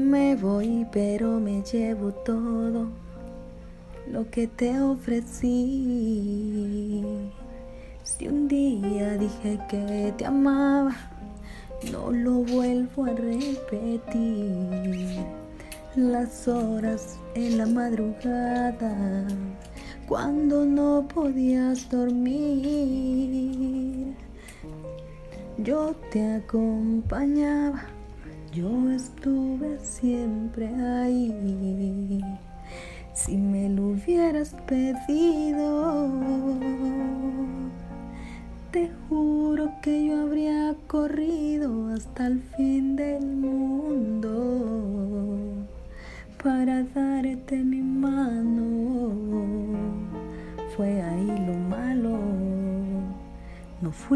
Me voy, pero me llevo todo lo que te ofrecí. Si un día dije que te amaba, no lo vuelvo a repetir. Las horas en la madrugada, cuando no podías dormir, yo te acompañaba, yo estuve siempre ahí. Si me lo hubieras pedido, te juro que yo habría corrido hasta el fin del mundo para darte mi mano. Fue ahí lo malo, no fui